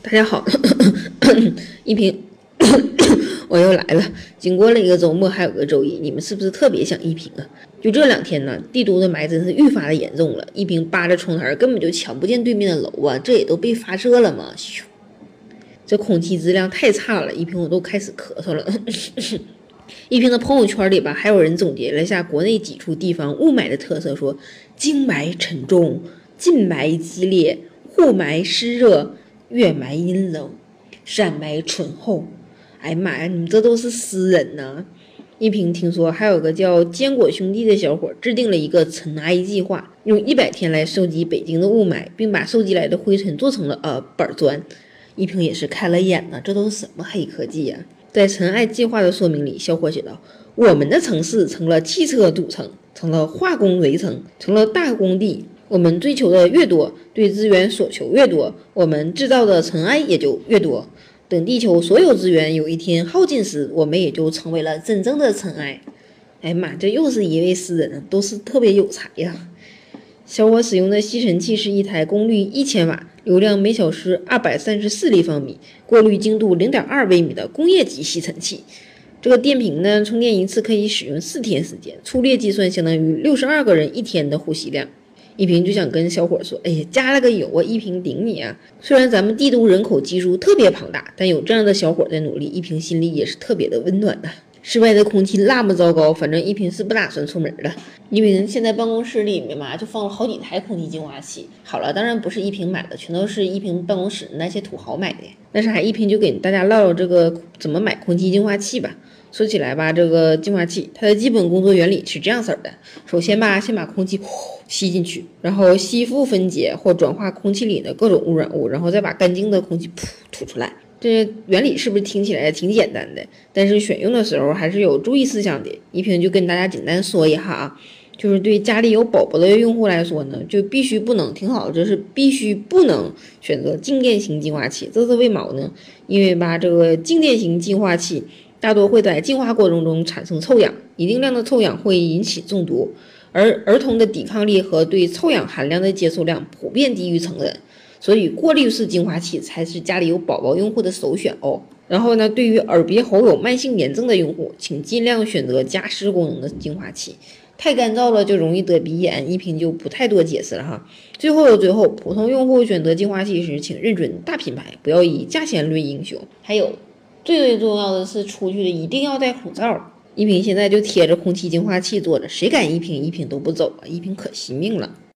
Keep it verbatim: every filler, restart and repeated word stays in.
大家好，一平，我又来了。经过了一个周末，还有个周一，你们是不是特别想一平啊？就这两天呢，帝都的霾真是愈发的严重了。一平扒着窗台根本就瞧不见对面的楼啊，这也都被发射了吗？咻，这空气质量太差了，一平我都开始咳嗽了。一平的朋友圈里吧，还有人总结了一下国内几处地方雾霾的特色，说京霾沉重，近霾激烈，户霾湿热，月霾阴冷，山霾醇厚。哎呀妈呀，你们这都是诗人呐！一平听说还有个叫坚果兄弟的小伙制定了一个尘埃计划，用一百天来收集北京的雾霾，并把收集来的灰尘做成了呃板砖。一平也是开了眼呢，这都是什么黑科技呀、啊？在尘埃计划的说明里，小伙写道：我们的城市成了汽车堵城，成了化工围城，成了大工地。我们追求的越多，对资源所求越多，我们制造的尘埃也就越多。等地球所有资源有一天耗尽时，我们也就成为了真正的尘埃。哎呀妈，这又是一位诗人，都是特别有才呀！小伙使用的吸尘器是一台功率一千瓦、流量每小时二百三十四立方米、过滤精度零点二微米的工业级吸尘器。这个电瓶呢，充电一次可以使用四天时间，粗略计算相当于六十二个人一天的呼吸量。一平就想跟小伙说，哎呀，加了个油啊，一平顶你啊！虽然咱们帝都人口基数特别庞大，但有这样的小伙在努力，一平心里也是特别的温暖的。室外的空气那么糟糕，反正一平是不打算出门的。一平现在办公室里面嘛，就放了好几台空气净化器。好了，当然不是一平买的，全都是一平办公室那些土豪买的。那啥，一平就给大家唠唠这个怎么买空气净化器吧。说起来吧，这个净化器它的基本工作原理是这样式的：首先吧，先把空气吸进去，然后吸附分解或转化空气里的各种污染物，然后再把干净的空气噗吐出来。这原理是不是听起来挺简单的？但是选用的时候还是有注意事项的。一平就跟大家简单说一下啊，就是对家里有宝宝的用户来说呢，就必须不能听好，就是必须不能选择静电型净化器。这是为毛呢？因为吧，这个静电型净化器大多会在净化过程中产生臭氧，一定量的臭氧会引起中毒，而儿童的抵抗力和对臭氧含量的接受量普遍低于成人。所以过滤式净化器才是家里有宝宝用户的首选哦。然后呢，对于耳鼻喉有慢性炎症的用户，请尽量选择加湿功能的净化器。太干燥了就容易得鼻炎，一平就不太多解释了哈。最后的最后，普通用户选择净化器时，请认准大品牌，不要以价钱论英雄。还有最最重要的是，出去的一定要戴口罩。一平现在就贴着空气净化器坐着，谁敢一平一平都不走啊！一平可惜命了。